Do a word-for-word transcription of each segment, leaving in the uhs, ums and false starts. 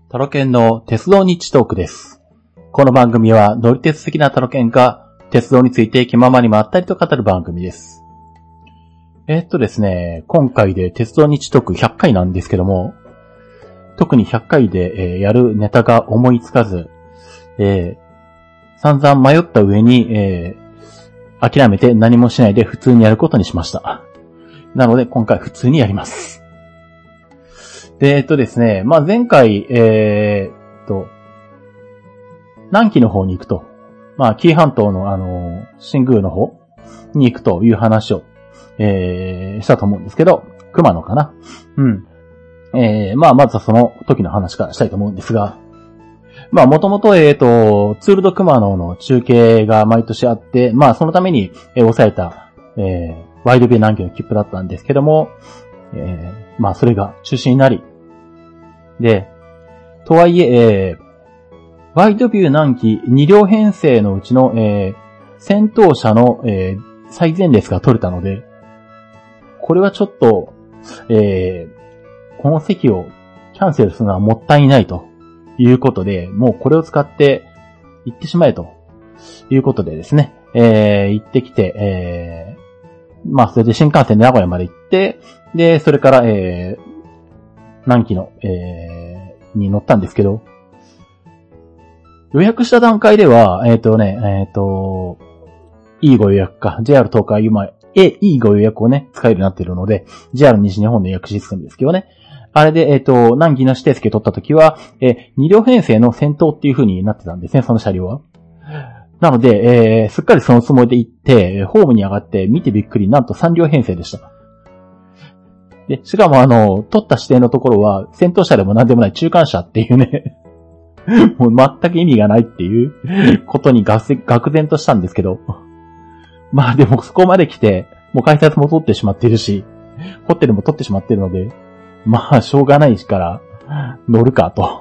タロケンの鉄道日トークです。この番組は乗り鉄好きなタロケンが鉄道について気ままにまったりと語る番組です。えー、っとですね、今回で鉄道日トークひゃっかいなんですけども、特にひゃっかいで、えー、やるネタが思いつかず、えー、散々迷った上に、えー、諦めて何もしないで普通にやることにしました。なので今回普通にやります。で、えっとですね、まあ、前回、えー、っと、南紀の方に行くと、まあ、紀伊半島のあの、新宮の方に行くという話を、えー、したと思うんですけど、熊野かな。うん。えー、まあ、まずはその時の話からしたいと思うんですが、まあ、もともと、えー、っと、ツールド熊野の中継が毎年あって、まあ、そのために、えー、抑えた、えー、ワイドビュー南紀の切符だったんですけども、えーまあ、それが中止になり、で、とはいえ、えー、ワイドビュー南紀に両編成のうちの、えー、先頭車の、えー、最前列が取れたので、これはちょっと、えー、この席をキャンセルするのはもったいないということで、もうこれを使って行ってしまえということでですね、えー、行ってきて、えー、まあ、それで新幹線で名古屋まで行って、で、それから、えー、南紀の、えー、に乗ったんですけど、予約した段階では、えっとね、えっと、いいご予約か、ジェイアール 東海、今、え、いいご予約をね、使えるようになっているので、ジェイアール 西日本の予約システムですけどね。あれで、えっと、南紀の指定席を取った時は、え、に両編成の先頭っていう風になってたんですね、その車両は。なので、えー、すっかりそのつもりで行って、ホームに上がって見てびっくり、なんとさん両編成でした。で、しかもあの、取った指定のところは、先頭車でも何でもない中間車っていうね、もう全く意味がないっていうことに愕然としたんですけど、まあでもそこまで来て、もう改札も取ってしまっているし、ホテルも取ってしまっているので、まあしょうがないから乗るかと。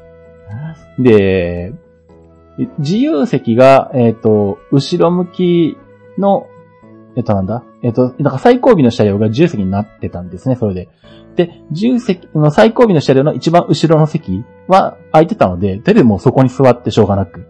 で、自由席が、えっと、後ろ向きの、えっとなんだえっと、なんか最後尾の車両が自由席になってたんですね、それで。で、自由席の最後尾の車両の一番後ろの席は空いてたので、とりあえずもうそこに座ってしょうがなく。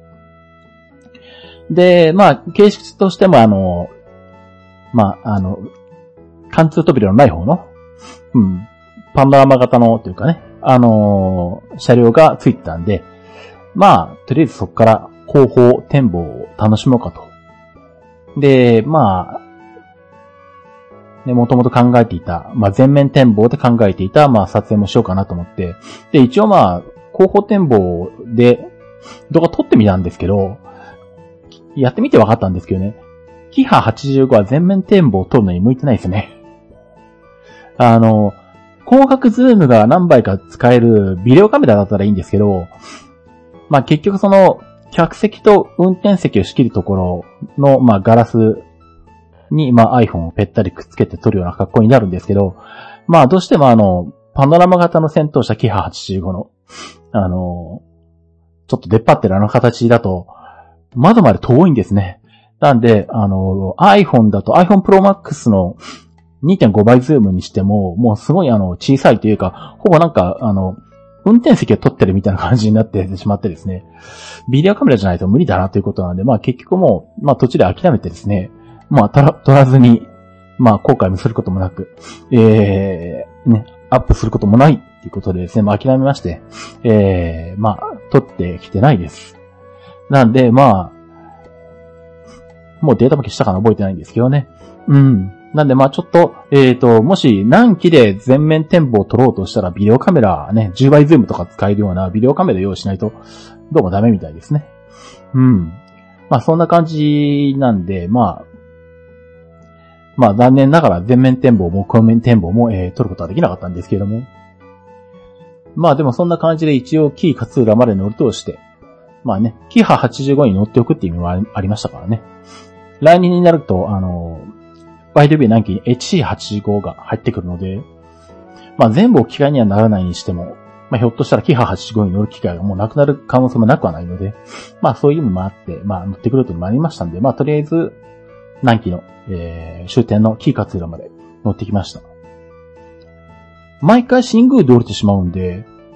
で、まあ、形式としてもあの、まあ、あの、貫通扉のない方の、うん、パノラマ型のというかね、あのー、車両がついてたんで、まあ、とりあえずそこから後方展望を楽しもうかと。で、まあ、ね、もともと考えていた、まあ、全面展望で考えていた、まあ、撮影もしようかなと思って、で、一応まあ、後方展望で動画撮ってみたんですけど、やってみて分かったんですけどね、キハはちじゅうごは全面展望を撮るのに向いてないですね。あの、広角ズームが何倍か使えるビデオカメラだったらいいんですけど、まあ、結局その、客席と運転席を仕切るところの、まあ、ガラスに、まあ、iPhone をぺったりくっつけて撮るような格好になるんですけど、まあ、どうしてもあの、パノラマ型の先頭車キハはちじゅうごの、あの、ちょっと出っ張ってるあの形だと、窓まで遠いんですね。なんで、あの、iPhone だと iPhone Pro Max の にてんご 倍ズームにしても、もうすごいあの、小さいというか、ほぼなんか、あの、運転席を撮ってるみたいな感じになってしまってですね、ビデオカメラじゃないと無理だなということなんで、まあ結局もう、まあ途中で諦めてですね、まあ撮ら、撮らずに、まあ後悔もすることもなく、えー、ね、アップすることもないっていうことでですね、まあ諦めまして、えー、まあ撮ってきてないです。なんで、まあ、もうデータも消したかな覚えてないんですけどね。うん。なんでまあちょっと、えっと、もし南紀で全面展望を撮ろうとしたらビデオカメラね、じゅうばいズームとか使えるようなビデオカメラ用意しないとどうもダメみたいですね。うん。まあそんな感じなんで、まあ、まあ残念ながら全面展望も後面展望も、えー、撮ることはできなかったんですけれども。まあでもそんな感じで一応紀伊勝浦まで乗り通して、まあね、キハはちじゅうごに乗っておくっていう意味もありましたからね。来年になると、あの、ワイドビュー南紀に エイチシーはちじゅうご が入ってくるので、まあ全部機会にはならないにしても、まあひょっとしたらキハはちじゅうごに乗る機会がもうなくなる可能性もなくはないので、まあそういう意味もあって、まあ乗ってくるというのもありましたんで、まあとりあえず、南紀の、えー、終点の紀伊勝浦まで乗ってきました。毎回新宮で降りてしまうんで、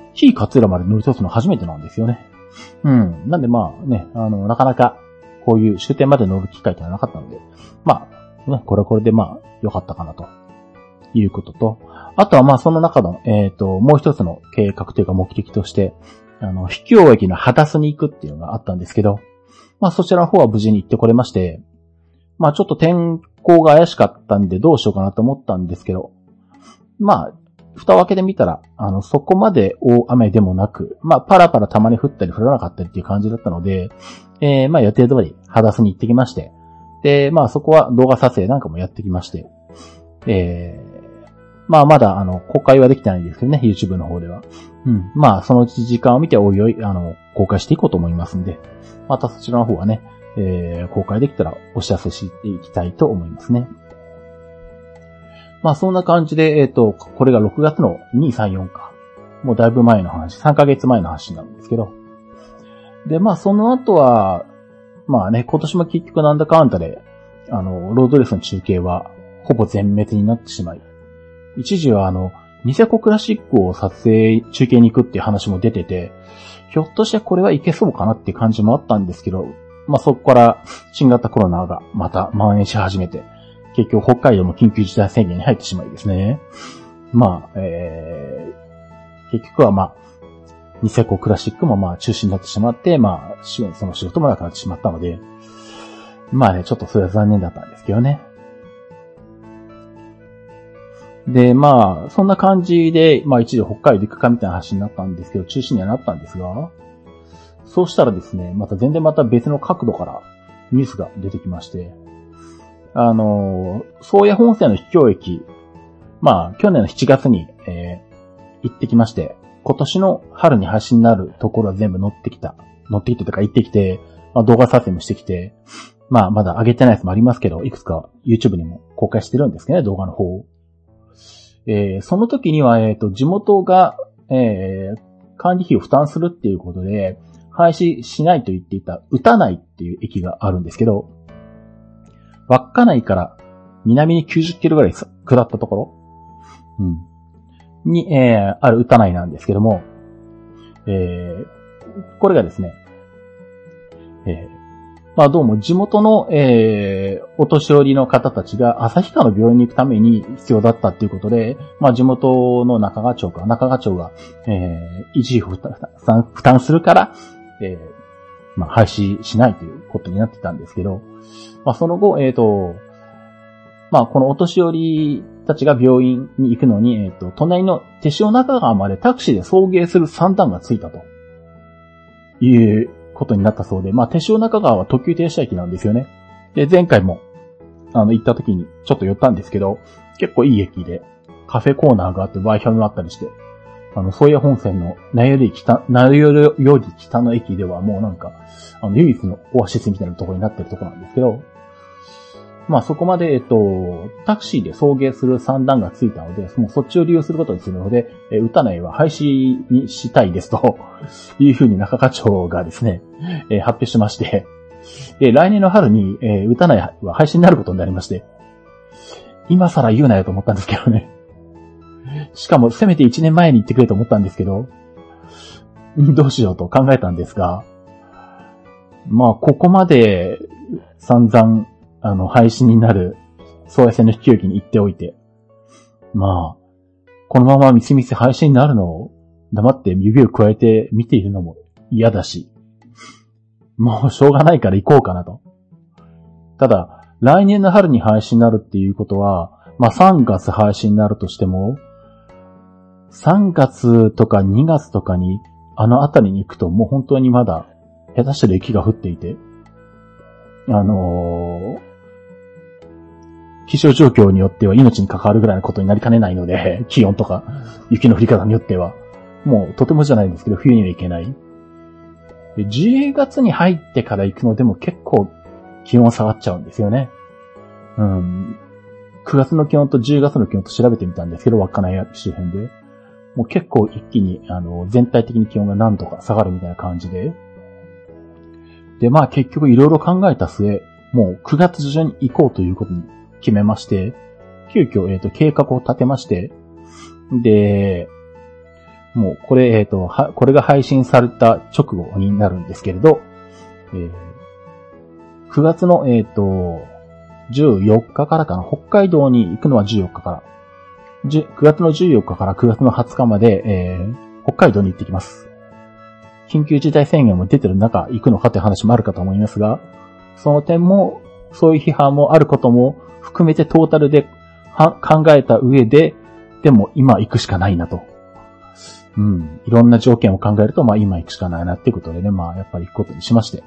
非勝浦まで乗り通すの初めてなんですよね。うん。なんでまあね、あの、なかなかこういう終点まで乗る機会ってのはなかったので、まあ、ね、これはこれでまあ、良かったかなということと、あとはまあその中の、えっと、もう一つの計画というか目的として、あの、秘境駅の秦洲に行くっていうのがあったんですけど、まあそちらの方は無事に行ってこれまして、まあちょっと天候が怪しかったんでどうしようかなと思ったんですけど、まあ、蓋を開けてみたら、あの、そこまで大雨でもなく、まあパラパラたまに降ったり降らなかったりっていう感じだったので、えー、まあ予定通り秦洲に行ってきまして、で、まあそこは動画撮影なんかもやってきまして、えー、まあまだあの、公開はできてないんですけどね、YouTube の方では。うん。まあそのうち時間を見ておいおい、あの、公開していこうと思いますんで、またそちらの方はね、えー、公開できたらお知らせしていきたいと思いますね。まあそんな感じで、えっと、これがろくがつのに、さん、よんか。もうだいぶ前の話、さんかげつまえの話なんですけど。で、まあその後は、まあね、今年も結局なんだかんだで、あの、ロードレースの中継はほぼ全滅になってしまい、一時はあの、ニセコクラシックを撮影、中継に行くっていう話も出てて、ひょっとしてこれはいけそうかなっていう感じもあったんですけど、まあそこから新型コロナがまた蔓延し始めて、結局北海道も緊急事態宣言に入ってしまいですね。まあ、えー、結局はまあ、ニセコクラシックもまあ中止になってしまって、まあ、その仕事もなくなってしまったので、まあね、ちょっとそれは残念だったんですけどね。で、まあ、そんな感じで、まあ一時北海道行くかみたいな話になったんですけど、中止にはなったんですが、そうしたらですね、また全然また別の角度からニュースが出てきまして、あの、宗谷本線の秘境駅、まあ、去年のしちがつに、えー、行ってきまして、今年の春に配信になるところは全部乗ってきた。乗ってきてとか行ってきて、まあ、動画撮影もしてきて、まあ、まだ上げてないやつもありますけど、いくつか YouTube にも公開してるんですけどね、動画の方を。えー、その時には、えっと、地元が、えー、管理費を負担するっていうことで、廃止しないと言っていた、宇多内っていう駅があるんですけど、稚内から南にきゅうじゅっキロぐらい下ったところ、うん、に、えー、ある宇多内なんですけども、えー、これがですね、えー、まあどうも地元の、えー、お年寄りの方たちが旭川の病院に行くために必要だったっていうことで、まあ地元の中川町か、中川町が、えー、一時負担、負担するから、えー、まあ廃止しないということになってたんですけど、まあその後、えっと、まあこのお年寄りたちが病院に行くのに、えっと、隣の手塩中川までタクシーで送迎する算段がついたということになったそうで、まあ手塩中川は特急停車駅なんですよね。で、前回も、あの、行った時にちょっと寄ったんですけど、結構いい駅で、カフェコーナーがあって Wi-Fi もあったりして、あの、宗谷本線の名寄より北、名寄より北の駅ではもうなんか、あの、唯一のオアシスみたいなところになってるところなんですけど、まあそこまで、えっと、タクシーで送迎する算段がついたので、もうそっちを利用することにするので、えー、宇多内は廃止にしたいですというふうに中川町がですね、えー、発表しまして、で、来年の春に、えー、宇多内は廃止になることになりまして、今更言うなよと思ったんですけどね。しかもせめていちねんまえに言ってくれと思ったんですけど、どうしようと考えたんですが、まあここまで散々、あの、廃止になる、宗谷線の秘境駅に行っておいて、まあ、このままみすみす廃止になるのを黙って指を加えて見ているのも嫌だし、もうしょうがないから行こうかなと。ただ、来年の春に廃止になるっていうことは、まあさんがつ廃止になるとしても、さんがつとかにがつとかにあの辺りに行くともう本当にまだ下手したら雪が降っていて、あのー、気象状況によっては命に関わるぐらいのことになりかねないので、気温とか雪の降り方によっては、もうとてもじゃないんですけど冬には行けない。で、じゅうがつに入ってから行くのでも結構気温下がっちゃうんですよね。うん。くがつの気温とじゅうがつの気温と調べてみたんですけど、稚内周辺で。もう結構一気に、あの、全体的に気温が何度か下がるみたいな感じで。で、まあ結局いろいろ考えた末、もうくがつ中に行こうということに決めまして、急遽、えっと、計画を立てまして、で、 もうこれ、えっと、は、これが配信された直後になるんですけれど、えー、くがつの、えっと、じゅうよっかからかな、北海道に行くのはじゅうよっかから、くがつのじゅうよっかからくがつのはつかまで、えー、北海道に行ってきます。緊急事態宣言も出てる中、行くのかという話もあるかと思いますが、その点も、そういう批判もあることも含めてトータルで考えた上で、でも今行くしかないなと。うん。いろんな条件を考えると、まあ今行くしかないなっていうことでね、まあやっぱり行くことにしまして。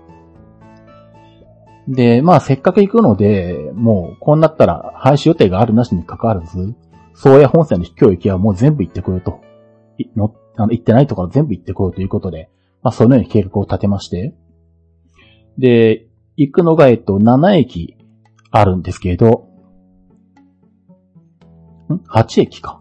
で、まあせっかく行くので、もうこうなったら廃止予定があるなしに関わらず、宗谷本線の秘境駅はもう全部行ってこようと。のあの行ってないところ全部行ってこようということで、まあそのように計画を立てまして。で、行くのがえっとななえきあるんですけれど、ん ?はち 駅か。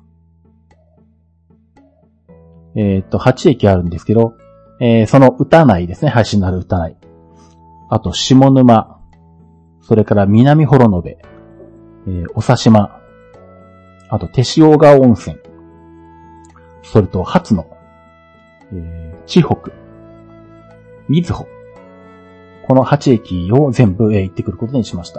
えっと、はちえきあるんですけど、えー、その歌内ですね、配信のある歌内。あと、下沼、それから南幌延、えー、おさしま、あと、手塩川温泉、それと、初野、えー、千北、瑞穂。このはちえきを全部、えー、行ってくることにしました。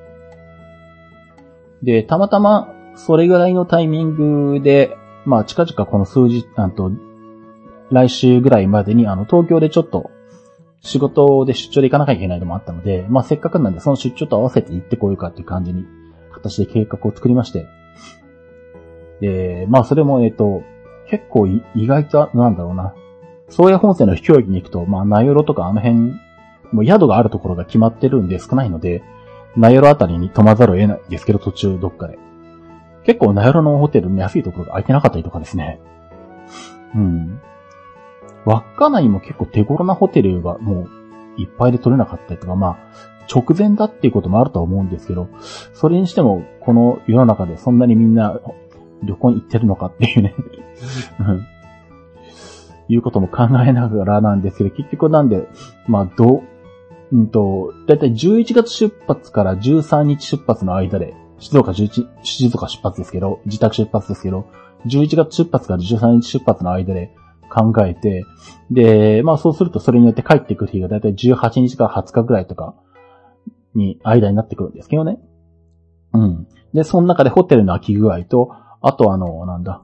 で、たまたま、それぐらいのタイミングで、まあ、近々この数日、あと、来週ぐらいまでに、あの、東京でちょっと、仕事で出張で行かなきゃいけないのもあったので、まあ、せっかくなんで、その出張と合わせて行ってこようかっていう感じに、形で計画を作りまして。で、まあ、それも、えっと、結構意外と、なんだろうな。宗谷本線の秘境駅に行くと、まあ、名寄とかあの辺、もう宿があるところが決まってるんで少ないので、名寄あたりに泊まざるを得ないんですけど、途中どっかで。結構、名寄のホテルの安いところが空いてなかったりとかですね。うん。稚内も結構手頃なホテルがもういっぱいで取れなかったりとか、まあ、直前だっていうこともあるとは思うんですけど、それにしても、この世の中でそんなにみんな旅行に行ってるのかっていうね、うん。いうことも考えながらなんですけど、結局なんで、まあ、どう、うんと、だいたいじゅういちがつ出発からじゅうさんにち出発の間で、静岡じゅういち、静岡出発ですけど、自宅出発ですけど、じゅういちがつ出発からじゅうさんにち出発の間で考えて、で、まあそうするとそれによって帰ってくる日がだいたいじゅうはちにちからはつかぐらいとかに間になってくるんですけどね。うん。で、その中でホテルの空き具合と、あとあの、なんだ。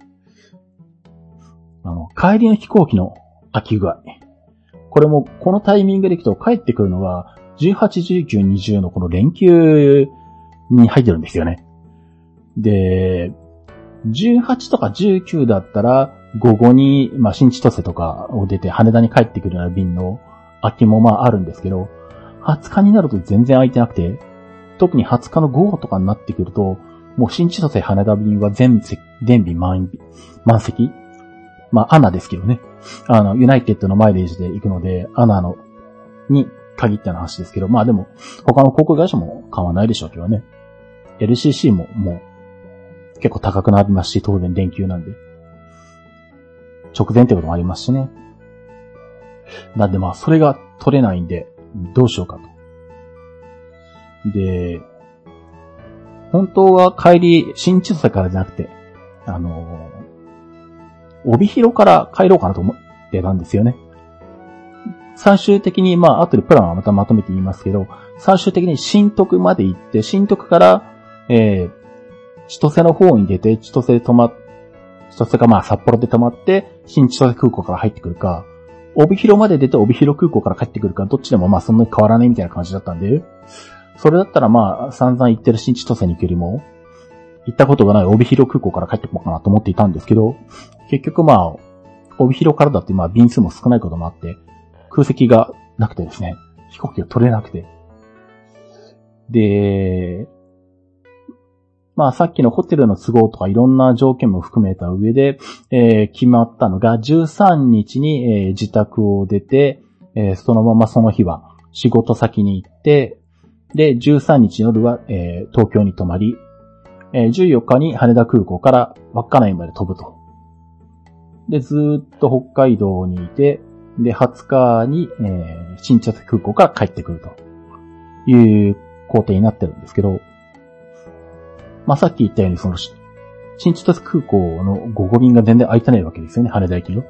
あの、帰りの飛行機の空き具合。これもこのタイミングで行くと帰ってくるのがじゅうはち、じゅうきゅう、にじゅうのこの連休に入ってるんですよね。で、じゅうはちとかじゅうきゅうだったら午後に、まあ、新千歳とかを出て羽田に帰ってくるような便の空きもまああるんですけど、はつかになると全然空いてなくて、特にはつかの午後とかになってくると、もう新千歳羽田便は全全便満満席。まあ、アナですけどね。あの、ユナイテッドのマイレージで行くので、アナの、に限った話ですけど、まあでも、他の航空会社も変わらないでしょうけどね。エルシーシー ももう、結構高くなりますし、当然連休なんで。直前ってこともありますしね。なんでまあ、それが取れないんで、どうしようかと。で、本当は帰り、新千歳からじゃなくて、あの、帯広から帰ろうかなと思ってたんですよね。最終的に、まあ、後でプランはまたまとめて言いますけど、最終的に新徳まで行って、新徳から、えー、千歳の方に出て、千歳で泊まっ、千歳かまあ札幌で泊まって、新千歳空港から入ってくるか、帯広まで出て帯広空港から帰ってくるか、どっちでもまあそんなに変わらないみたいな感じだったんで、それだったらまあ散々行ってる新千歳に行くよりも、行ったことがない帯広空港から帰ってこうかなと思っていたんですけど、結局まあ、帯広からだってまあ便数も少ないこともあって、空席がなくてですね、飛行機が取れなくて。で、まあさっきのホテルの都合とかいろんな条件も含めた上で、えー、決まったのがじゅうさんにちに、えー、自宅を出て、えー、そのままその日は仕事先に行って、で、じゅうさんにち夜は、えー、東京に泊まり、えー、じゅうよっかに羽田空港から稚内まで飛ぶと。で、ずーっと北海道にいて、で、はつかに、えー、新千歳空港から帰ってくるという工程になってるんですけど、まあ、さっき言ったようにその、 新千歳空港の午後便が全然空いてないわけですよね、羽田行きの。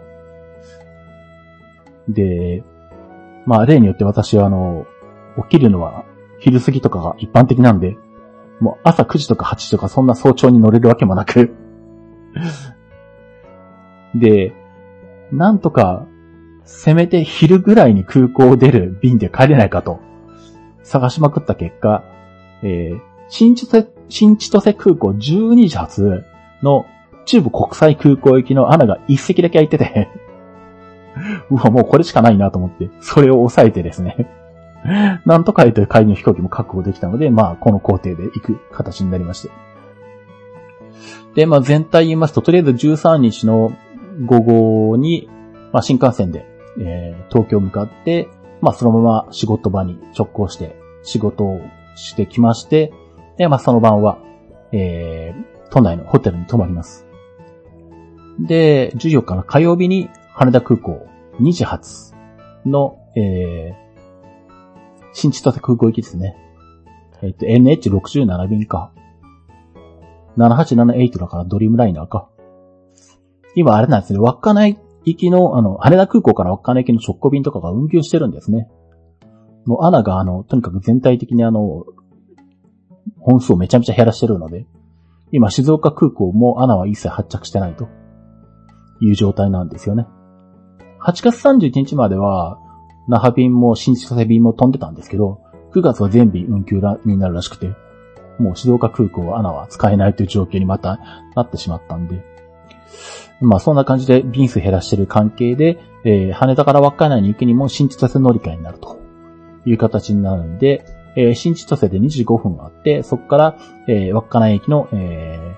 で、まあ例によって私はあの、起きるのは昼過ぎとかが一般的なんで、もう朝くじとかはちじとかそんな早朝に乗れるわけもなく。で、なんとか、せめて昼ぐらいに空港を出る便で帰れないかと、探しまくった結果、えー、新千歳、新千歳空港じゅうにじ発の中部国際空港行きの穴が一席だけ開いてて、うわ、もうこれしかないなと思って、それを抑えてですね、なんとかという帰りの飛行機も確保できたので、まあ、この工程で行く形になりまして。で、まあ全体言いますと、とりあえずじゅうさんにちの午後に、まあ新幹線で、えー、東京向かって、まあそのまま仕事場に直行して仕事をしてきまして、で、まあその晩は、えー、都内のホテルに泊まります。で、じゅうよっかの火曜日に羽田空港にじ発の、えー、新千歳空港行きですね。えっと、エヌエイチろくじゅうなな 便か。ななはちななはちだからドリームライナーか。今あれなんですね、稚内行きの、あの、羽田空港から稚内行きの直行便とかが運休してるんですね。もうアナがあの、とにかく全体的にあの、本数をめちゃめちゃ減らしてるので、今静岡空港もアナは一切発着してないという状態なんですよね。はちがつさんじゅういちにちまでは、那覇便も新千歳便も飛んでたんですけど、くがつは全便運休になるらしくて、もう静岡空港はアナは使えないという状況にまたなってしまったんで、まあそんな感じで便数減らしてる関係で、えー、羽田から稚内に行くにも新千歳乗り換えになるという形になるんで、えー、新千歳でにじゅうごふんあって、そこから、えー、稚内駅の、え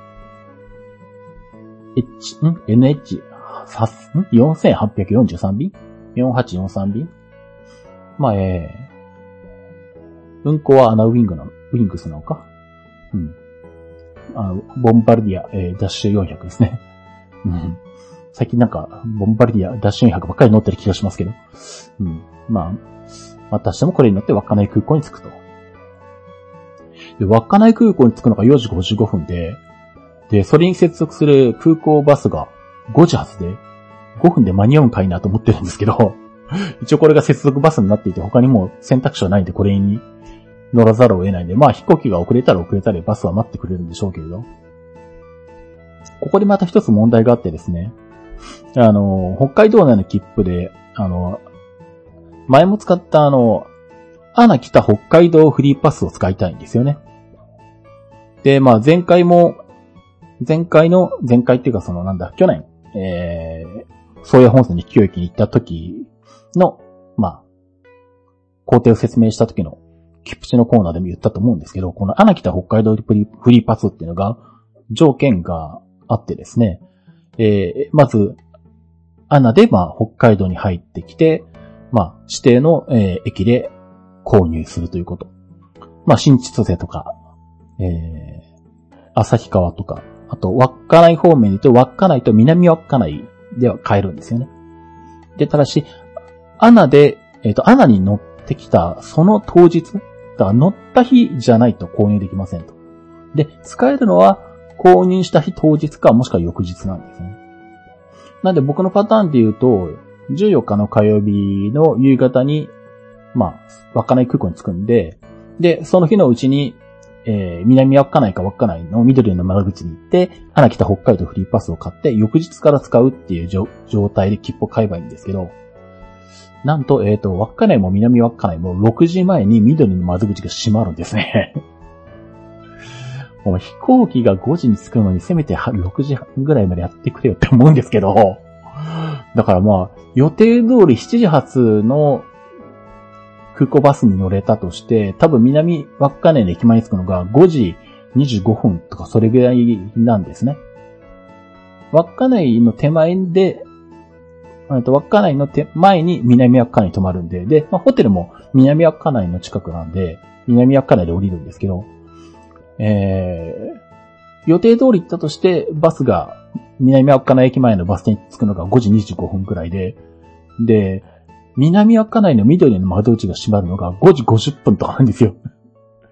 ー、H、ん エヌエイチ、ん よんせんはっぴゃくよんじゅうさん 便 ?よんはちよんさん 便まあ、えー、運行はアナウィングなの、ウィングスなのかうん。あの、ボンバルディア、えー、ダッシュよんひゃくですね。うん。最近なんか、ボンバルディア、ダッシュよんひゃくばっかり乗ってる気がしますけど。うん。まあ、また明日もこれに乗って稚内空港に着くと。で、稚内空港に着くのがよじごじゅうごふんで、で、それに接続する空港バスがごじ発で、ごふんで間に合うんかいなと思ってるんですけど、一応これが接続バスになっていて、他にも選択肢はないんで、これに乗らざるを得ないんで、まあ飛行機が遅れたら遅れたらバスは待ってくれるんでしょうけれど。ここでまた一つ問題があってですね、あの、北海道内の切符で、あの、前も使ったあの、アナ北北海道フリーパスを使いたいんですよね。で、まあ前回も、前回の、前回っていうかそのなんだ、去年、えー、宗谷本線に秘境駅に行った時の、まあ、工程を説明した時の切符地のコーナーでも言ったと思うんですけど、このアナ北北海道フリーパスっていうのが、条件があってですね、えー、まず、アナで、まあ、北海道に入ってきて、まあ、指定の、えー、駅で購入するということ。まあ、新千歳とか、えー、旭川とか、あと、稚内方面で言うと、稚内と南稚内では買えるんですよね。で、ただし、アナで、えっと、アナに乗ってきた、その当日、だから乗った日じゃないと購入できませんと。で、使えるのは、購入した日当日か、もしくは翌日なんですね。なんで僕のパターンで言うと、じゅうよっかの火曜日の夕方に、まあ、稚内空港に着くんで、で、その日のうちに、えー、南稚内か稚内の緑の窓口に行って、花北北海道フリーパスを買って、翌日から使うっていう状態で切符を買えばいいんですけど、なんと、えっと、稚内も南稚内もろくじまえに緑の窓口が閉まるんですね。もう飛行機がごじに着くのにせめてろくじはんぐらいまでやってくれよって思うんですけど、だからまあ、予定通りしちじ発の空港バスに乗れたとして、多分南稚内の駅前に着くのがごじにじゅうごふんとかそれぐらいなんですね。稚内の手前で、稚内の手前に南稚内に泊まるんで、で、まあ、ホテルも南稚内の近くなんで、南稚内で降りるんですけど、えー、予定通り行ったとして、バスが南稚内駅前のバス停に着くのがごじにじゅうごふんくらいで、で、南稚内の緑の窓口が閉まるのがごじごじゅっぷんとかなんですよ。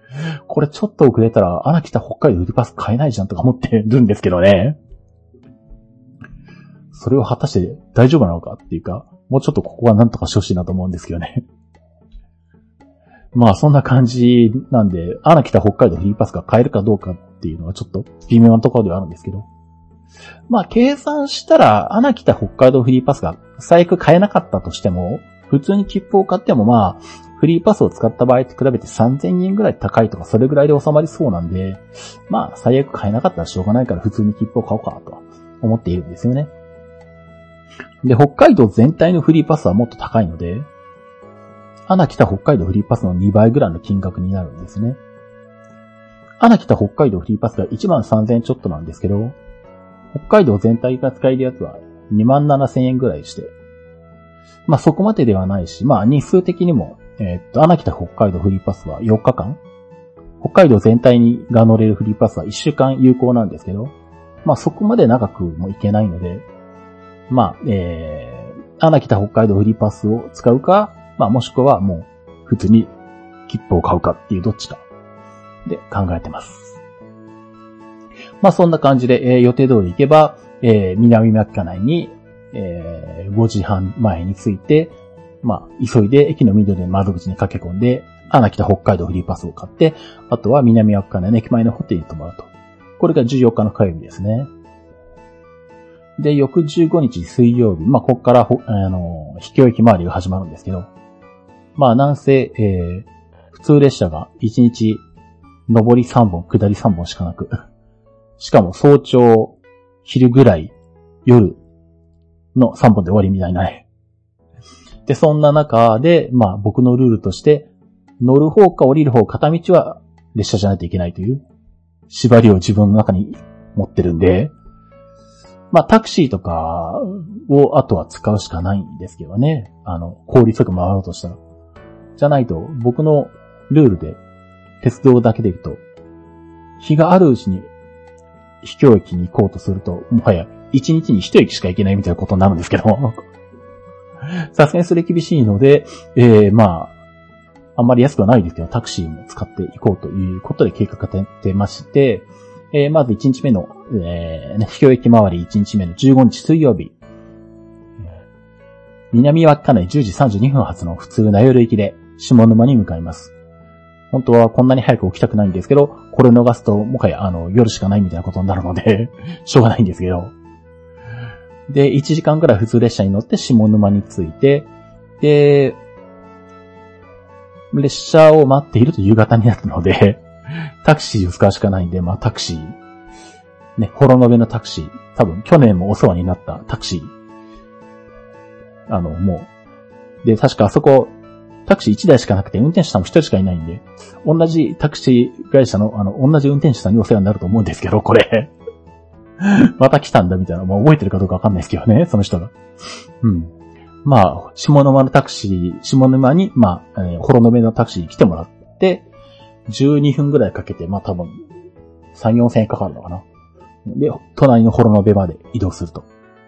これちょっと遅れたら、アナ北北海道フリーパス買えないじゃんとか思ってるんですけどね。それを果たして大丈夫なのかっていうか、もうちょっとここはなんとかしてほしいなと思うんですけどね。まあそんな感じなんで、アナ北北海道フリーパスが買えるかどうかっていうのはちょっと微妙なところではあるんですけど。まあ計算したら、アナ北北海道フリーパスが最悪買えなかったとしても、普通に切符を買ってもまあ、フリーパスを使った場合と比べてさんぜんえんぐらい高いとか、それぐらいで収まりそうなんで、まあ最悪買えなかったらしょうがないから普通に切符を買おうかとは思っているんですよね。で、北海道全体のフリーパスはもっと高いので、アナ北北海道フリーパスのにばいぐらいの金額になるんですね。アナ北北海道フリーパスがいちまんさんぜんえんちょっとなんですけど、北海道全体が使えるやつはにまんななせんえんぐらいして、まあそこまでではないし、まあ日数的にも、えー、っと、アナ北北海道フリーパスはよっかかん、北海道全体にが乗れるフリーパスはいっしゅうかん有効なんですけど、まあそこまで長くもいけないので、まあ、えー、アナ北北海道フリーパスを使うか、まあもしくはもう普通に切符を買うかっていうどっちかで考えてます。まあそんな感じで、えー、予定通り行けば、えー、南稚内に、えー、ごじはんまえに着いて、まあ急いで駅の緑の窓口に駆け込んで、アナ北北海道フリーパスを買って、あとは南稚内の駅前のホテルに泊まると。これがじゅうよっかの火曜日ですね。で、翌じゅうごにち水曜日、まあここからほ、あの、秘境駅周りが始まるんですけど、まあなんせ、えー、普通列車がいちにち上りさんぼん、下りさんぼんしかなく、しかも早朝、昼ぐらい、夜のさんぼんで終わりみたいなね。で、そんな中で、まあ僕のルールとして、乗る方か降りる方、片道は列車じゃないといけないという縛りを自分の中に持ってるんで、まあタクシーとかをあとは使うしかないんですけどね。あの、効率よく回ろうとしたら。じゃないと、僕のルールで、鉄道だけで言うと、日があるうちに、秘境駅に行こうとすると、もはや一日に一駅しか行けないみたいなことになるんですけど、さすがにそれ厳しいので、えー、まあ、あんまり安くはないですけど、タクシーも使っていこうということで計画が立てまして、えー、まずいちにちめの、えーね、秘境駅周りいちにちめのじゅうごにち水曜日、南稚内じゅうじさんじゅうにふん発の普通名寄行きで下沼に向かいます。本当はこんなに早く起きたくないんですけど、これ逃すともはやあの夜しかないみたいなことになるので、しょうがないんですけど。で、いちじかんくらい普通列車に乗って下沼に着いて、で、列車を待っていると夕方になるので、タクシーを使うしかないんで、まあタクシー、ね、ホロノベのタクシー、多分去年もお世話になったタクシー、あの、もう、で、確かあそこ、タクシーいちだいしかなくて運転手さんもひとりしかいないんで、同じタクシー会社の、あの、同じ運転手さんにお世話になると思うんですけど、これ。また来たんだみたいな、まあ覚えてるかどうかわかんないですけどね、その人が。うん。まあ、下沼のタクシー、下沼に、まあ、えー、ホロノベのタクシーに来てもらって、じゅうにふんぐらいかけて、まあ多分、さん、よんせんえんかかるのかな。で、隣のホロノベまで移動すると。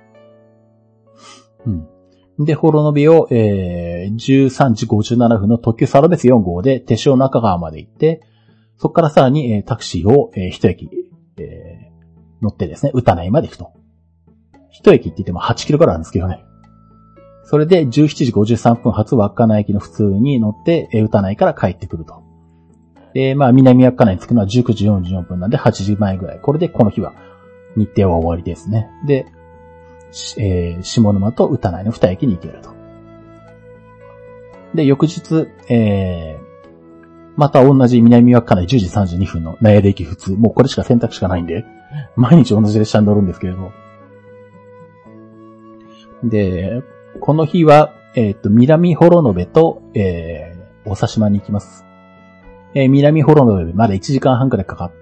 うん。で、ホロノベを、えー、じゅうさんじごじゅうななふんの特急サロベスよんごうで手塩中川まで行って、そこからさらに、えー、タクシーを、えー、一駅、えー、乗ってですね、宇多内まで行くと。一駅って言ってもはちキロぐらいあるんですけどね。それでじゅうしちじごじゅうさんぷん発稚内駅の普通に乗って、えー、宇多内から帰ってくると。で、まあ、南稚内に着くのはじゅうくじよんじゅうよんぷんなんではちじまえぐらい。これでこの日は日程は終わりですね。で、えー、下沼と宇多内のに駅に行けると。で、翌日、えー、また同じ南稚内じゅうじさんじゅうにふんの名寄駅普通。もうこれしか選択肢がないんで、毎日同じ列車に乗るんですけれど。で、この日は、えっと、南幌延と、えー、大佐島に行きます。えー、南幌延までいちじかんはんくらいかかって、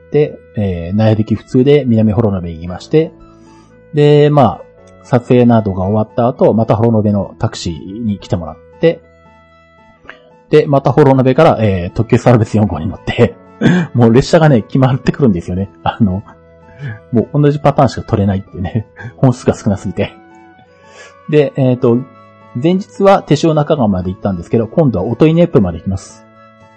えー、名寄駅普通で南幌延行きまして、で、まあ、撮影などが終わった後、またホロノベのタクシーに来てもらって、で、またホロノベから、えー、特急サロベスよんごうに乗って、もう列車がね、決まってくるんですよね。あの、もう同じパターンしか取れないってね、本数が少なすぎて。で、えっと、前日は手塩中川まで行ったんですけど、今度は音威ネップまで行きます。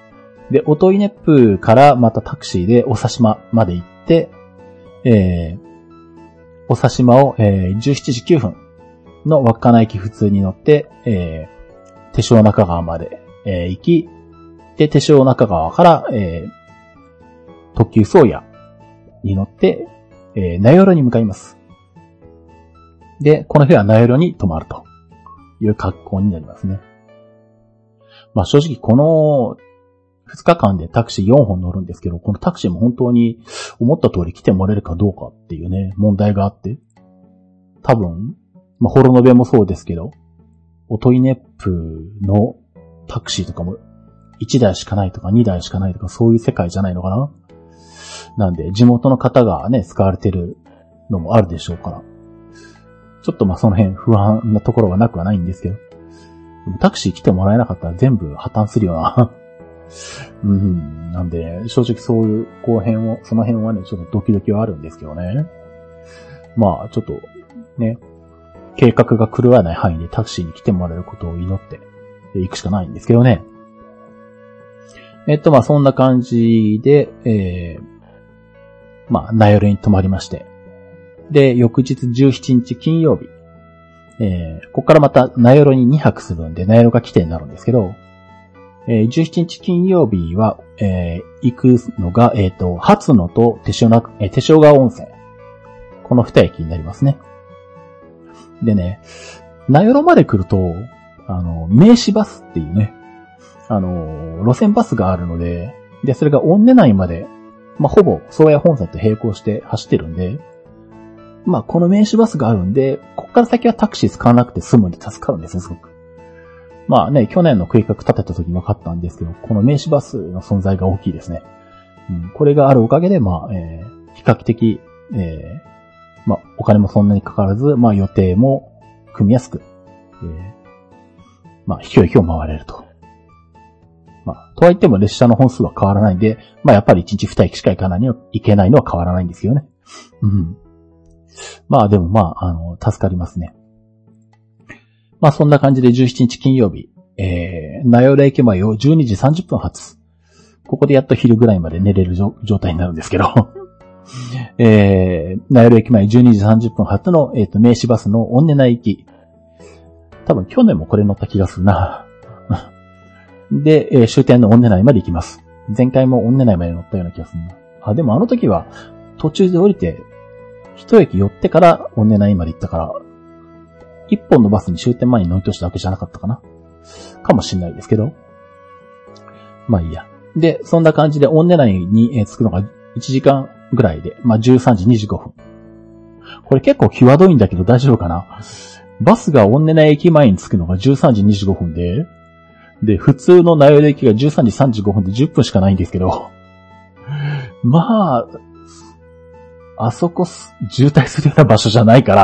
で、音威熱風からまたタクシーでお佐島まで行って、えー、お佐島を、えー、じゅうしちじきゅうふんの稚内駅普通に乗って、えー、手塩中川まで、えー、行き、で、手塩中川から、えー、特急宗谷に乗って、えー、名寄に向かいます。で、この日は名寄に泊まるという格好になりますね。まあ正直このふつかかんでタクシーよんほん乗るんですけど、このタクシーも本当に思った通り来てもらえるかどうかっていうね、問題があって。多分、まあホロノベもそうですけど、音威熱風のタクシーとかもいちだいしかないとかにだいしかないとかそういう世界じゃないのかな。なんで地元の方がね、使われてるのもあるでしょうから。ちょっとまあその辺不安なところはなくはないんですけど。でもタクシー来てもらえなかったら全部破綻するよな。うん。なんで、正直そういう後編を、その辺はね、ちょっとドキドキはあるんですけどね。まあ、ちょっと、ね、計画が狂わない範囲でタクシーに来てもらえることを祈って行くしかないんですけどね。えっと、まあそんな感じで、えー、まあ、名寄に泊まりまして。で、翌日じゅうしちにち金曜日。えー、ここからまた名寄ににはくするんで、名寄が起点になるんですけど、えー、じゅうしちにち金曜日は、えー、行くのが、えっと、初野と手塩な、えー、手塩川温泉。この二駅になりますね。でね、名寄まで来ると、あの、名刺バスっていうね、あの、路線バスがあるので、で、それが恩根内まで、まあ、ほぼ、宗谷本線と並行して走ってるんで、まあ、この名刺バスがあるんで、こっから先はタクシー使わなくて済むんで助かるんですね、すごく。まあね、去年の計画立てた時に分かったんですけど、この名刺バスの存在が大きいですね。うん、これがあるおかげで、まあ、えー、比較的、えー、まあ、お金もそんなにかからず、まあ、予定も組みやすく、えー、まあ、引きを引きを回れると。まあ、とはいっても列車の本数は変わらないんで、まあ、やっぱりいちにちに駅しか行かないのは、行けないのは変わらないんですよね。うん。まあでもまあ、あの、助かりますね。まあそんな感じでじゅうしちにち金曜日、えー、名寄駅前をじゅうにじさんじゅっぷん発。ここでやっと昼ぐらいまで寝れる状態になるんですけど、えー、名寄駅前じゅうにじさんじゅっぷん発の、えっと、名刺バスの恩根内行き。多分去年もこれ乗った気がするな。で、えー、終点の恩根内まで行きます。前回も恩根内まで乗ったような気がするな。あ、でもあの時は途中で降りて、一駅寄ってから恩根内まで行ったから、一本のバスに終点前に乗り通したわけじゃなかったかな。かもしれないですけど。まあいいや。で、そんな感じで恩根内に着くのがいちじかんぐらいで、まあじゅうさんじにじゅうごふん。これ結構際どいんだけど大丈夫かな。バスが恩根内駅前に着くのがじゅうさんじにじゅうごふんで、で、普通の名寄駅がじゅうさんじさんじゅうごふんでじゅっぷんしかないんですけど、まあ、あそこ渋滞するような場所じゃないから、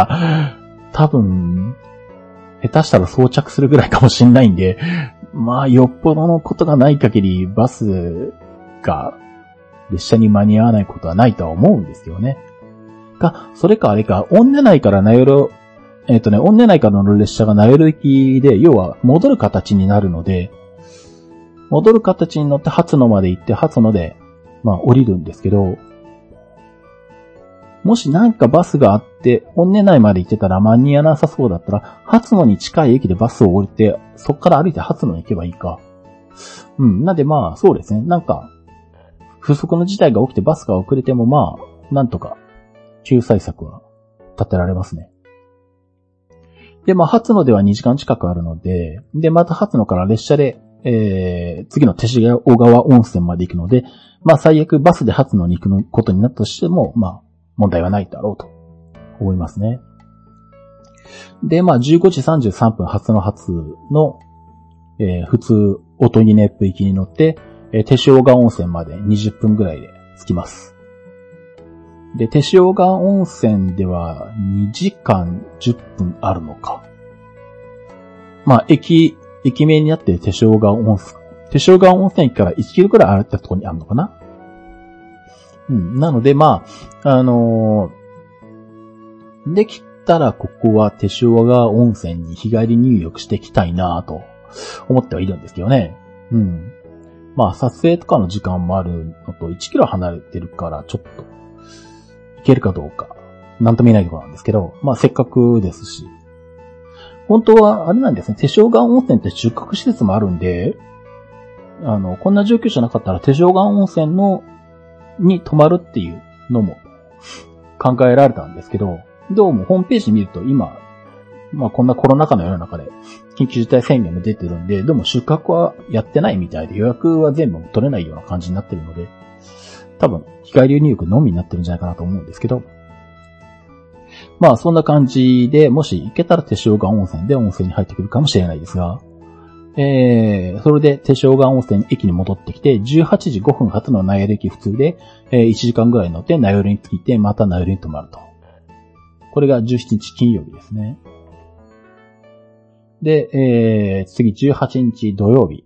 多分、下手したら装着するぐらいかもしんないんで、まあ、よっぽどのことがない限り、バスが列車に間に合わないことはないとは思うんですよね。か、それかあれか、恩根内から名寄、えっとね、恩根内から乗る列車が名寄行きで、要は戻る形になるので、戻る形に乗って初野まで行って、初野で、まあ降りるんですけど、もしなんかバスがあって、恩根内まで行ってたら間に合わなさそうだったら、初野に近い駅でバスを降りて、そっから歩いて初野に行けばいいか。うん。なんでまあ、そうですね。なんか、不測の事態が起きてバスが遅れてもまあ、なんとか、救済策は立てられますね。で、まあ、初野ではにじかん近くあるので、で、また初野から列車で、えー、次の手塩川温泉まで行くので、まあ、最悪バスで初野に行くことになったとしても、まあ、問題はないだろうと思いますね。で、まあ、じゅうごじさんじゅうさんぷん初の初の、えー、普通、音に熱風行きに乗って、えー、手塩川温泉までにじゅっぷんぐらいで着きます。で、手塩川温泉ではにじかんじゅっぷんあるのか。まあ、駅、駅名になっている手塩川温泉。手塩川温泉駅からいちキロくらい歩いたところにあるのかな。うん。なので、まあ、あのー、できたらここは手塩川温泉に日帰り入浴していきたいなと思ってはいるんですけどね。うん。 まあ撮影とかの時間もあるのといちキロ離れてるからちょっと行けるかどうかなんとも言えないところなんですけど、まあせっかくですし、本当はあれなんですね、手塩岩温泉って宿泊施設もあるんで、あの、こんな状況じゃなかったら手塩岩温泉のに泊まるっていうのも考えられたんですけど、どうもホームページ見ると今、まあこんなコロナ禍の世の中で緊急事態宣言も出てるんで、どうも宿泊はやってないみたいで予約は全部取れないような感じになってるので、多分日帰り入浴のみになってるんじゃないかなと思うんですけど、まあそんな感じで、もし行けたら手塩岩温泉で温泉に入ってくるかもしれないですが、えー、それで手塩岩温泉駅に戻ってきて、じゅうはちじごふん発の名寄駅普通で、えー、いちじかんぐらい乗って名寄に着いて、また名寄に泊まると。これがじゅうしちにち金曜日ですね。で、えー、次じゅうはちにち土曜日。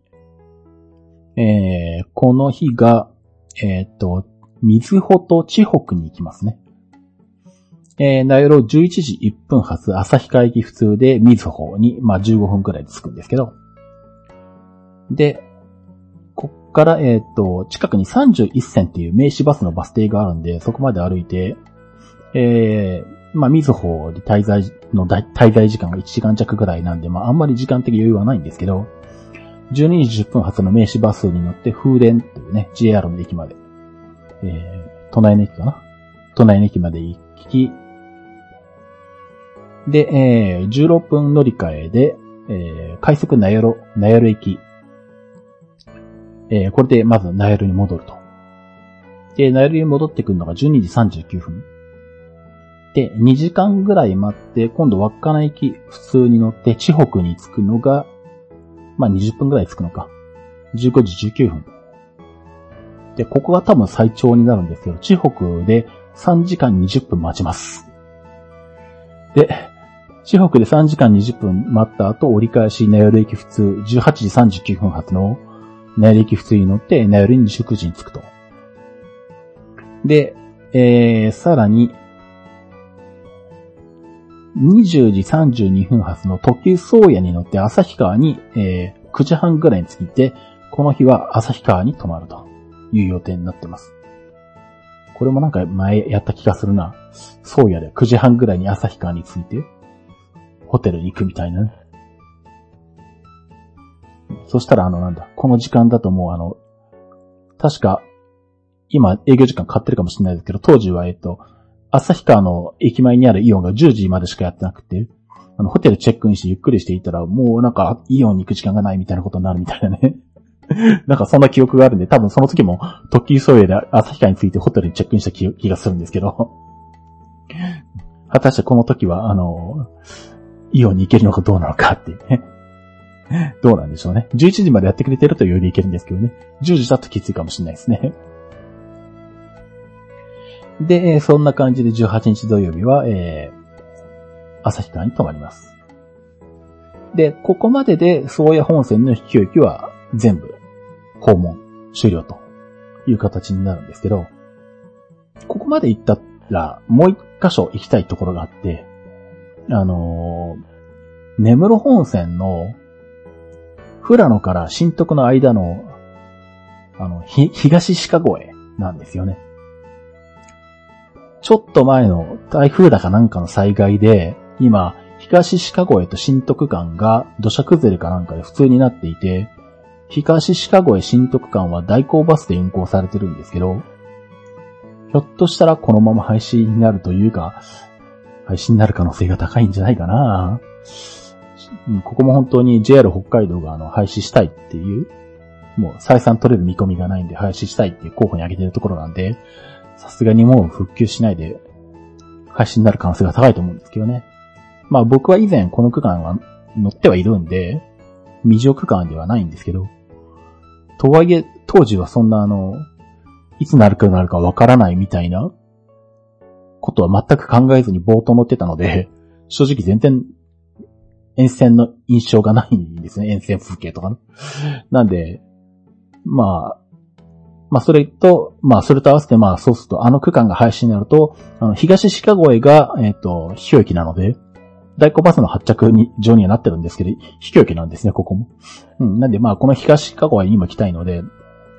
えー、この日が、えー、っと、瑞穂と千北に行きますね。えー、名寄じゅういちじいっぷん発旭川駅普通で瑞穂に、まあじゅうごふんくらいで着くんですけど、で、こっから、えっと、近くにさんじゅういっせんっていう名刺バスのバス停があるんで、そこまで歩いて、えー、まあ、瑞穂で滞在の、滞在時間がいちじかん弱ぐらいなんで、まあ、あんまり時間的余裕はないんですけど、じゅうにじじゅっぷん発の名刺バスに乗って風蓮というね、ジェイアール の駅まで、えー、都内の駅かな都内の駅まで行き、で、えー、じゅうろっぷん乗り換えで、えー、快速名寄、名寄駅、えー、これでまず名寄に戻ると。で、名寄に戻ってくるのがじゅうにじさんじゅうきゅうふん。で、にじかんぐらい待って、今度稚内駅普通に乗って千北に着くのが、まあ、にじゅっぷんぐらい着くのか。じゅうごじじゅうきゅうふん。で、ここが多分最長になるんですけど、千北でさんじかんにじゅっぷん待ちます。で、千北でさんじかんにじゅっぷん待った後、折り返し名寄駅普通じゅうはちじさんじゅうきゅうふん発の名寄駅普通に乗って名寄にじゅくじに着くと。で、えー、さらに、にじゅうじさんじゅうにふん発の特急宗谷に乗って旭川に、えー、くじはんぐらいに着いて、この日は旭川に泊まるという予定になってます。これもなんか前やった気がするな。宗谷でくじはんぐらいに旭川に着いて、ホテルに行くみたいなね。そしたらあのなんだ、この時間だともうあの、確か、今営業時間変わってるかもしれないですけど、当時はえっと、旭川の駅前にあるイオンがじゅうじまでしかやってなくて、あの、ホテルチェックインしてゆっくりしていたら、もうなんか、イオンに行く時間がないみたいなことになるみたいなね。なんかそんな記憶があるんで、多分その時も、特急宗谷で旭川についてホテルにチェックインした気がするんですけど。果たしてこの時は、あの、イオンに行けるのかどうなのかっていうね。どうなんでしょうね。じゅういちじまでやってくれてると余裕で行けるんですけどね。じゅうじだときついかもしれないですね。で、そんな感じでじゅうはちにち土曜日は、えー、旭川に泊まります。で、ここまでで宗谷本線の秘境駅は全部訪問終了という形になるんですけど、ここまで行ったらもう一箇所行きたいところがあって、あのー、根室本線の富良野から新徳の間の、あの、ひ、東鹿越なんですよね。ちょっと前の台風だかなんかの災害で、今、東鹿越と新徳間が土砂崩れかなんかで普通になっていて、東鹿越新徳間は代行バスで運行されてるんですけど、ひょっとしたらこのまま廃止になるというか、廃止になる可能性が高いんじゃないかな。ここも本当に ジェイアール 北海道があの廃止したいっていう、もう採算取れる見込みがないんで廃止したいっていう候補に挙げてるところなんで、さすがにもう復旧しないで廃止になる可能性が高いと思うんですけどね。まあ僕は以前この区間は乗ってはいるんで、未乗区間ではないんですけど、とはいえ当時はそんなあの、いつなるかなるかわからないみたいなことは全く考えずにぼーっと乗ってたので、正直全然沿線の印象がないんですね。沿線風景とかね。なんで、まあ、まあそれと、まあそれと合わせてまあそうするとあの区間が廃止になると、あの東鹿越が、えっと、秘境駅なので、代行バスの発着に、場にはなってるんですけど、秘境駅なんですね、ここも。うん、なんでまあこの東鹿越にも行きたいので、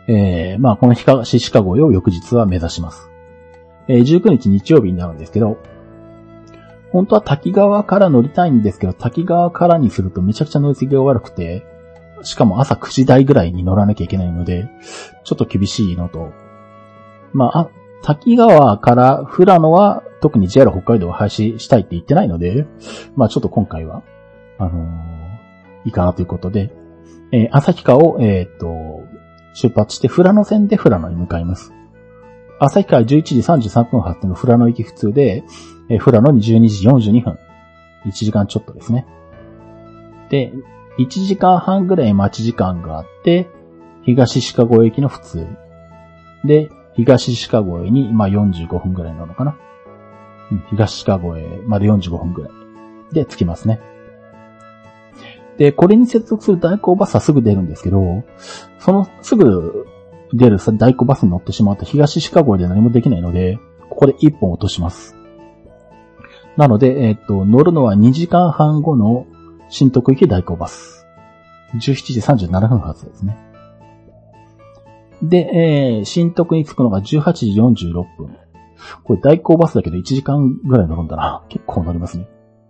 えー、まあこの東シカゴを翌日は目指します。えー、じゅうくにち日曜日になるんですけど、本当は滝川から乗りたいんですけど、滝川からにするとめちゃくちゃ乗り継ぎが悪くて、しかも朝くじ台ぐらいに乗らなきゃいけないので、ちょっと厳しいのと、まあ、あ滝川から富良野は特に ジェイアール 北海道を廃止したいって言ってないので、まあちょっと今回は、あのー、いいかなということで、えー、旭川を、えー、っと、出発して富良野線で富良野に向かいます。旭川じゅういちじさんじゅうさんぷん発の富良野行き普通で、えー、富良野にじゅうにじよんじゅうにふん。いちじかんちょっとですね。で、いちじかんはんぐらい待ち時間があって、東シカゴ駅の普通。で、東シカゴへに、まあ、よんじゅうごふんぐらいなのかな。東シカゴへまでよんじゅうごふんぐらいで着きますね。で、これに接続する代行バスはすぐ出るんですけど、そのすぐ出る代行バスに乗ってしまうと東シカゴで何もできないので、ここでいっぽん落とします。なので、えっと、乗るのはにじかんはんごの新徳行き代行バス。じゅうしちじさんじゅうななふん発ですね。で、えー、新徳に着くのがじゅうはちじよんじゅうろっぷん。これ代行バスだけどいちじかんぐらい乗るんだな。結構乗りますね。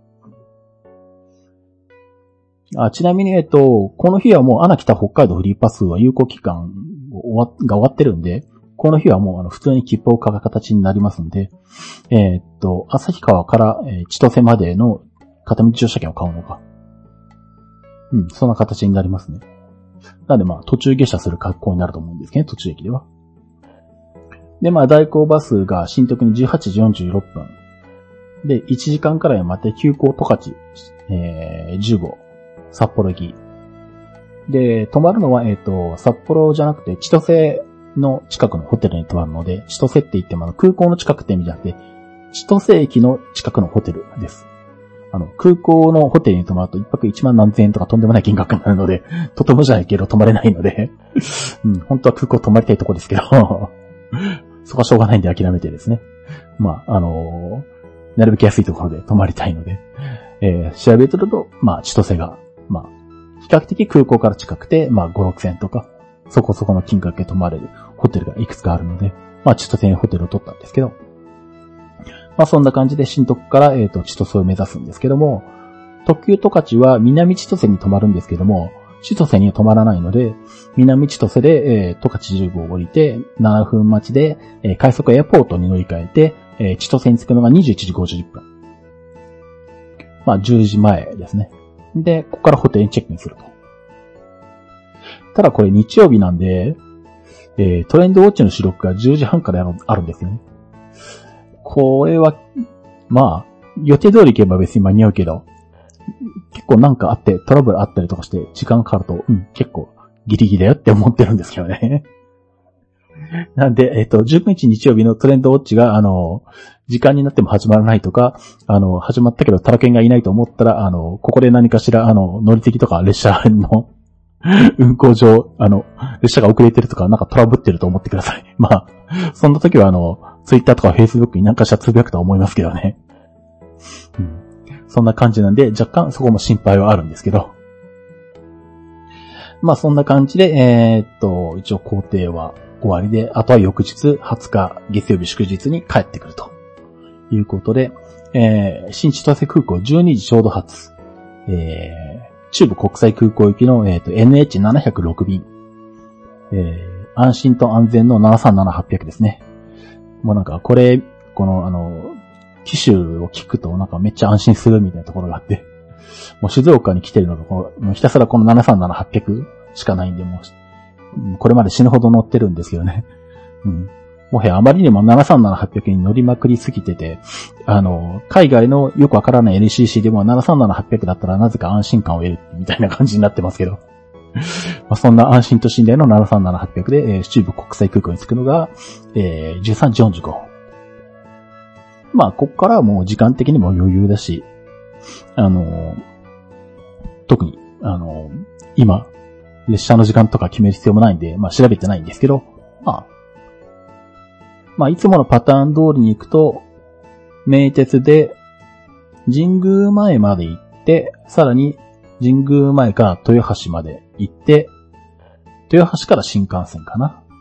あ、ちなみに、えっと、この日はもうアナ北北海道フリーパスは有効期間が終わってるんで、この日はもうあの普通に切符を買う形になりますんで、えー、っと、旭川から、えー、千歳までの片道乗車券を買うのか。うん、そんな形になりますね。なのでまあ途中下車する格好になると思うんですけどね、途中駅では。でまあ代行バスが新徳にじゅうはちじよんじゅうろっぷん。で、いちじかんくらい待って急行十勝、えー、じゅうご、札幌行き。で、泊まるのは、えっと、札幌じゃなくて千歳の近くのホテルに泊まるので、千歳って言ってもあの空港の近くって意味じゃなくて、千歳駅の近くのホテルです。あの、空港のホテルに泊まると一泊一万何千円とかとんでもない金額になるので、とてもじゃないけど泊まれないので、うん、本当は空港泊まりたいとこですけど、そこはしょうがないんで諦めてですね。まあ、あのー、なるべく安いところで泊まりたいので、えー、調べてると、まあ、千歳が、まあ、比較的空港から近くて、まあ、ご、ろくせんとか、そこそこの金額で泊まれるホテルがいくつかあるので、まあ、千歳にホテルを取ったんですけど、まあそんな感じで新徳から、えっと、千歳を目指すんですけども、特急十勝は南千歳に止まるんですけども、千歳には止まらないので、南千歳で、えー、十勝じゅうごを降りて、ななふん待ちで、えー、快速エアポートに乗り換えて、えー、千歳に着くのがにじゅういちじごじゅういっぷん。まあじゅうじまえですね。で、ここからホテルにチェックインすると。ただこれ日曜日なんで、えー、トレンドウォッチの収録がじゅうじはんからあるんですよね。これは、まあ、予定通り行けば別に間に合うけど、結構なんかあって、トラブルあったりとかして、時間かかると、うん、結構ギリギリだよって思ってるんですけどね。なんで、えっと、じゅうくにち日曜日のトレンドウォッチが、あの、時間になっても始まらないとか、あの、始まったけどタラケンがいないと思ったら、あの、ここで何かしら、あの、乗り継ぎとか列車の運行上、あの、列車が遅れてるとか、なんかトラブってると思ってください。まあ、そんな時はあの、ツイッターとかフェイスブックに何かしらつぶやくとは思いますけどね。うん。そんな感じなんで、若干そこも心配はあるんですけど。まあそんな感じで、えー、っと、一応工程は終わりで、あとは翌日はつか月曜日祝日に帰ってくるということで、えー、新千歳空港じゅうにじちょうど発、えー、中部国際空港行きの、えー、っと エヌエイチななひゃくろく 便、えー、安心と安全のななさんななはっぴゃくですね。もうなんかこれ、このあの、機種を聞くとなんかめっちゃ安心するみたいなところがあって、もう静岡に来てるのがこの、ひたすらこのななさんななはっぴゃくしかないんで、もう、これまで死ぬほど乗ってるんですけどね。うん。もはやあまりにもななさんななはっぴゃくに乗りまくりすぎてて、あの、海外のよくわからない エルシーシー でもななさんななはっぴゃくだったらなぜか安心感を得るみたいな感じになってますけど。まあそんな安心と信頼のななさんななはっぴゃくで、えー、中部国際空港に着くのが、えー、じゅうさんじよんじゅうごふん。まあ、こっからはもう時間的にも余裕だし、あのー、特に、あのー、今、列車の時間とか決める必要もないんで、まあ調べてないんですけど、まあ、まあいつものパターン通りに行くと、名鉄で、神宮前まで行って、さらに神宮前から豊橋まで行って、豊橋から新幹線かな。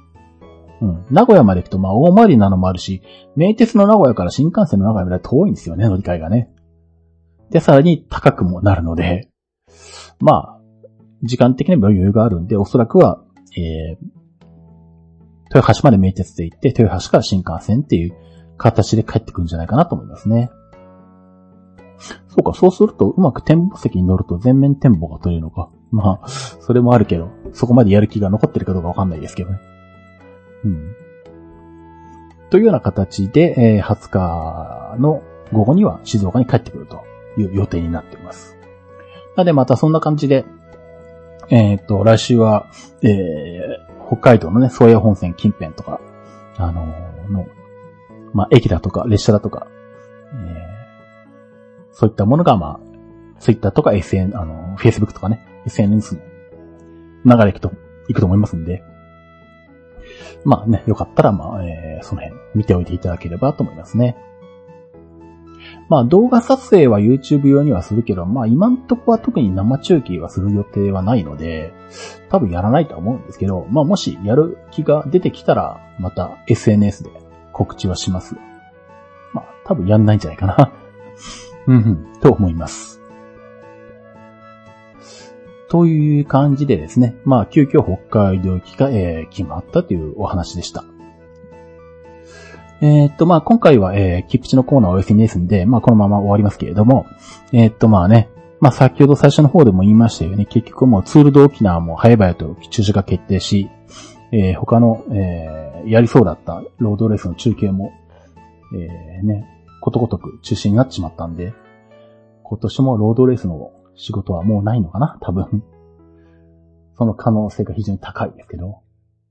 うん。名古屋まで行くと、まあ、大回りなのもあるし、名鉄の名古屋から新幹線の名古屋まで遠いんですよね、乗り換えがね。で、さらに高くもなるので、まあ、時間的にも余裕があるんで、おそらくは、えー、豊橋まで名鉄で行って、豊橋から新幹線っていう形で帰ってくるんじゃないかなと思いますね。そうか、そうすると、うまく展望席に乗ると全面展望が取れるのか。まあ、それもあるけど、そこまでやる気が残ってるかどうかわかんないですけどね。うん。というような形で、えー、はつかの午後には静岡に帰ってくるという予定になっています。なのでまたそんな感じで、えっと、来週は、えー、北海道のね、宗谷本線近辺とか、あのー、の、まあ、駅だとか列車だとか、えー、そういったものが、まあ、Twitter とか エスエヌ、あの、Facebook とかね、エスエヌエス の流れ行くと、行くと思いますんで、まあね、よかったら、まあ、えー、その辺見ておいていただければと思いますね。まあ動画撮影は YouTube 用にはするけど、まあ今んとこは特に生中継はする予定はないので、多分やらないとは思うんですけど、まあもしやる気が出てきたら、また エスエヌエス で告知はします。まあ多分やんないんじゃないかな。うんうん、と思います。という感じでですね、まあ急遽北海道行きが、えー、決まったというお話でした。えー、っと、まあ、今回は、えー、キップチのコーナーをお休みですんで、まあ、このまま終わりますけれども、えー、っと、まあね、まあ、先ほど最初の方でも言いましたよね、結局もうツールド沖縄も早々と中止が決定し、えー、他の、えー、やりそうだったロードレースの中継も、えー、ね、ことごとく中止になってしまったんで、今年もロードレースの仕事はもうないのかな、多分。その可能性が非常に高いですけど。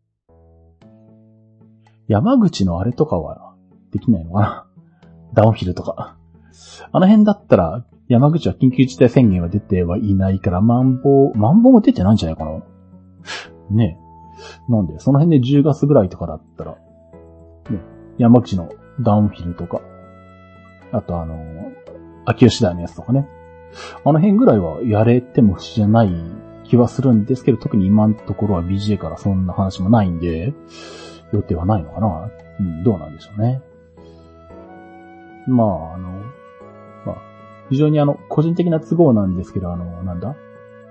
山口のあれとかはできないのかな、ダウンヒルとか。あの辺だったら山口は緊急事態宣言は出てはいないから、マンボウ、マンボウも出てないんじゃないかなねえ。なんで、その辺でじゅうがつぐらいとかだったら、ね、山口のダウンヒルとか、あとあの、秋吉台のやつとかね。あの辺ぐらいはやれても不思議じゃない気はするんですけど、特に今のところは ビージェー からそんな話もないんで、予定はないのかな。うん、どうなんでしょうね。まあ、あの、まあ、非常にあの、個人的な都合なんですけど、あの、なんだ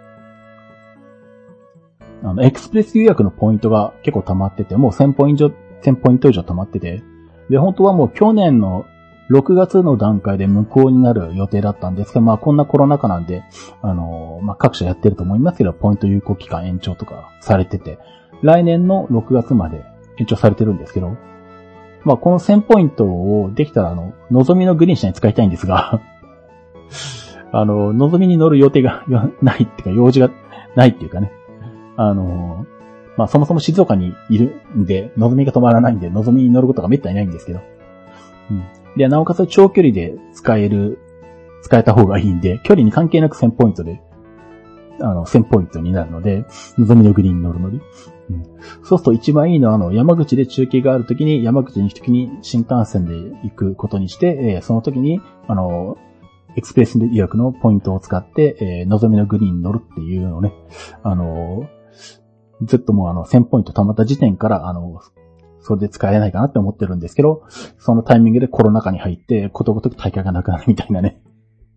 あの、エクスプレス予約のポイントが結構溜まってて、もうせんポイント以上、せんポイント以上溜まってて、で、本当はもう去年のろくがつの段階で無効になる予定だったんですが、まあこんなコロナ禍なんで、あの、まあ各社やってると思いますけど、ポイント有効期間延長とかされてて、来年のろくがつまで延長されてるんですけど、まあこのせんポイントをできたらあの、のぞみのグリーン車に使いたいんですが、あの、のぞみに乗る予定がないっていうか、用事がないっていうかね、あの、まあそもそも静岡にいるんで、のぞみが止まらないんで、のぞみに乗ることがめったにないんですけど、うん。で、なおかつ長距離で使える、使えた方がいいんで、距離に関係なくせんポイントで、あの、せんポイントになるので、のぞみのグリーンに乗るのに。うん、そうすると一番いいのは、あの、山口で中継があるときに、山口に行くときに新幹線で行くことにして、えー、その時に、あの、エクスプレス予約のポイントを使って、えー、のぞみのグリーンに乗るっていうのをね、あの、ずっともうあの、せんポイント貯まった時点から、あの、それで使えないかなって思ってるんですけど、そのタイミングでコロナ禍に入って、ことごとく大会がなくなるみたいなね。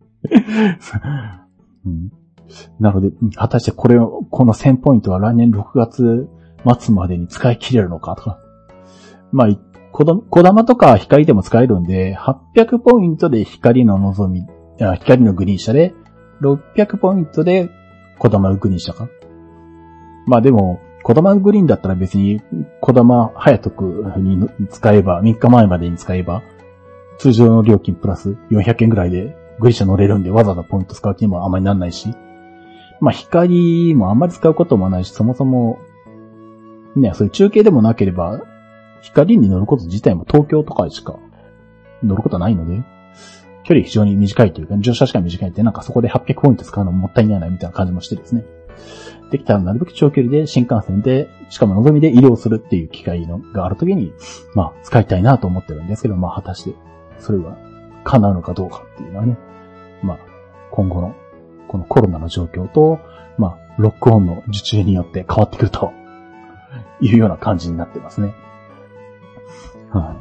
うん、なので、果たしてこれを、このせんポイントは来年ろくがつ末までに使い切れるのかとか。まあ、こど、こだまとか光でも使えるんで、はっぴゃくポイントで光の望み、あ、光のグリーン車で、ろっぴゃくポイントでこだまのグリーン車か。まあでも、こだまグリーンだったら別に、こだま早得に使えば、みっかまえまでに使えば、通常の料金プラスよんひゃくえんぐらいでグリーン車乗れるんで、わざわざポイント使う気にもあんまりなんないし、まあ光もあんまり使うこともないし、そもそも、ね、そういう中継でもなければ、光に乗ること自体も東京とかしか乗ることはないので、距離非常に短いというか、乗車時間短いって、なんかそこではっぴゃくポイント使うのももったいないなみたいな感じもしてですね。できたらなるべく長距離で新幹線で、しかものぞみで移動するっていう機会のがあるときに、まあ使いたいなと思ってるんですけど、まあ果たしてそれは叶うのかどうかっていうのはね、まあ今後のこのコロナの状況と、まあロックオンの受注によって変わってくるというような感じになってますね。 はい。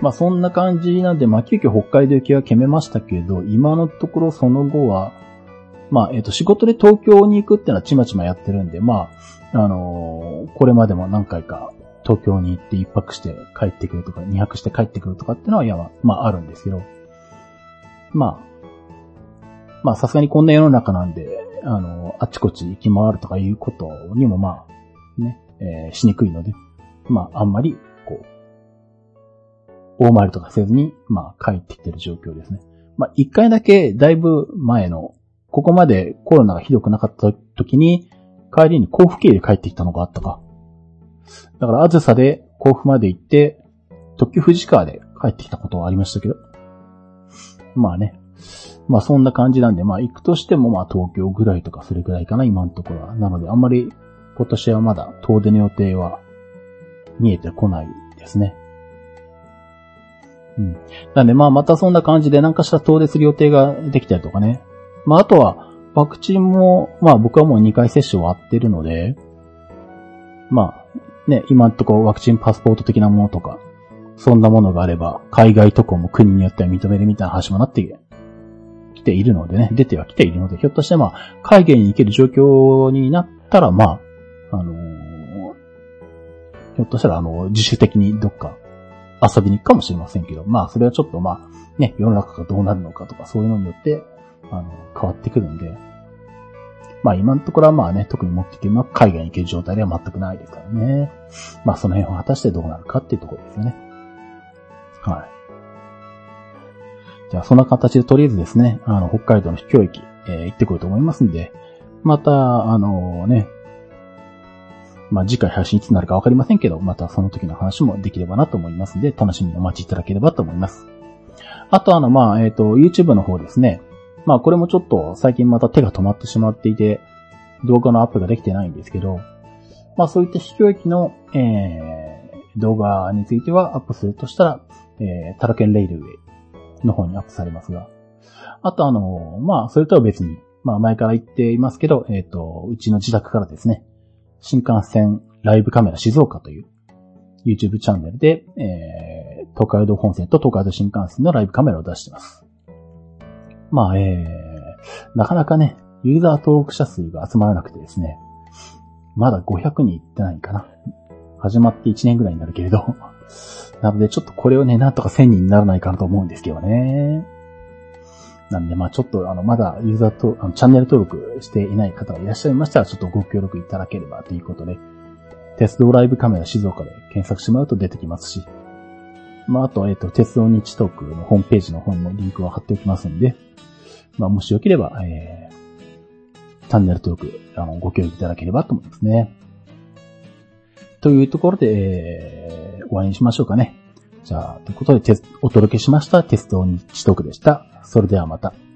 まあそんな感じなんで、まあ急遽北海道行きは決めましたけど、今のところその後は、まあえっと仕事で東京に行くってのはちまちまやってるんで、まあ、あのー、これまでも何回か東京に行って一泊して帰ってくるとか、二泊して帰ってくるとかっていうのは、いや、まああるんですけど、まあ、まあさすがにこんな世の中なんで、あの、あっちこっち行き回るとかいうことにもまあ、ね、えー、しにくいので、まああんまり、こう、大回りとかせずに、まあ帰ってきてる状況ですね。まあ一回だけだいぶ前の、ここまでコロナがひどくなかった時に、帰りに甲府経由で帰ってきたのがあったか。だから、あずさで甲府まで行って、特急富士川で帰ってきたことはありましたけど。まあね。まあそんな感じなんで、まあ行くとしてもまあ東京ぐらいとかそれぐらいかな、今のところは。なのであんまり今年はまだ遠出の予定は見えてこないですね。うん。なんでまあまたそんな感じで何かしら遠出する予定ができたりとかね。まああとはワクチンもまあ僕はもうにかい接種終わってるので、まあね、今のところワクチンパスポート的なものとか、そんなものがあれば海外渡航も国によっては認めるみたいな話もなってきているのでね、出てはきているので、ひょっとしてまあ海外に行ける状況になったらまあ、あのー、ひょっとしたらあの自主的にどっか遊びに行くかもしれませんけど、まあそれはちょっとまあね、世の中がどうなるのかとかそういうのによってあの変わってくるんで、まあ今のところはまあね、特に目的は海外に行ける状態では全くないですからね。まあその辺は果たしてどうなるかっていうところですよね。はい。じゃあそんな形でとりあえずですね、あの北海道の秘境駅、えー、行ってこようと思いますんで、またあのね、まあ次回配信いつになるかわかりませんけど、またその時の話もできればなと思いますんで、楽しみにお待ちいただければと思います。あとあのまあえっと YouTube の方ですね。まあこれもちょっと最近また手が止まってしまっていて、動画のアップができてないんですけど、まあそういった秘境駅の、えー、動画についてはアップするとしたら、えー、タラケンレイルウェイの方にアップされますが、あとあの、まあそれとは別に、まあ前から言っていますけど、えっと、うちの自宅からですね、新幹線ライブカメラ静岡という YouTube チャンネルで、えー、東海道本線と東海道新幹線のライブカメラを出しています。まあ、えー、なかなかね、ユーザー登録者数が集まらなくてですね、まだごひゃくにんいってないかな。始まっていちねんぐらいになるけれど。なのでちょっとこれをね、なんとかせんにんにならないかなと思うんですけどね。なんでまあちょっとあの、まだユーザーと、あの、チャンネル登録していない方がいらっしゃいましたら、ちょっとご協力いただければということで、鉄道ライブカメラ静岡で検索してもらうと出てきますし、まああと、えっと、鉄道日トークのホームページの方にもリンクを貼っておきますんで、まあもしよければ、えー、チャンネル登録、あの、ご協力いただければと思いますね。というところで、えー、終わりにしましょうかね。じゃあ、ということで、お届けしました鉄道日トークでした。それではまた。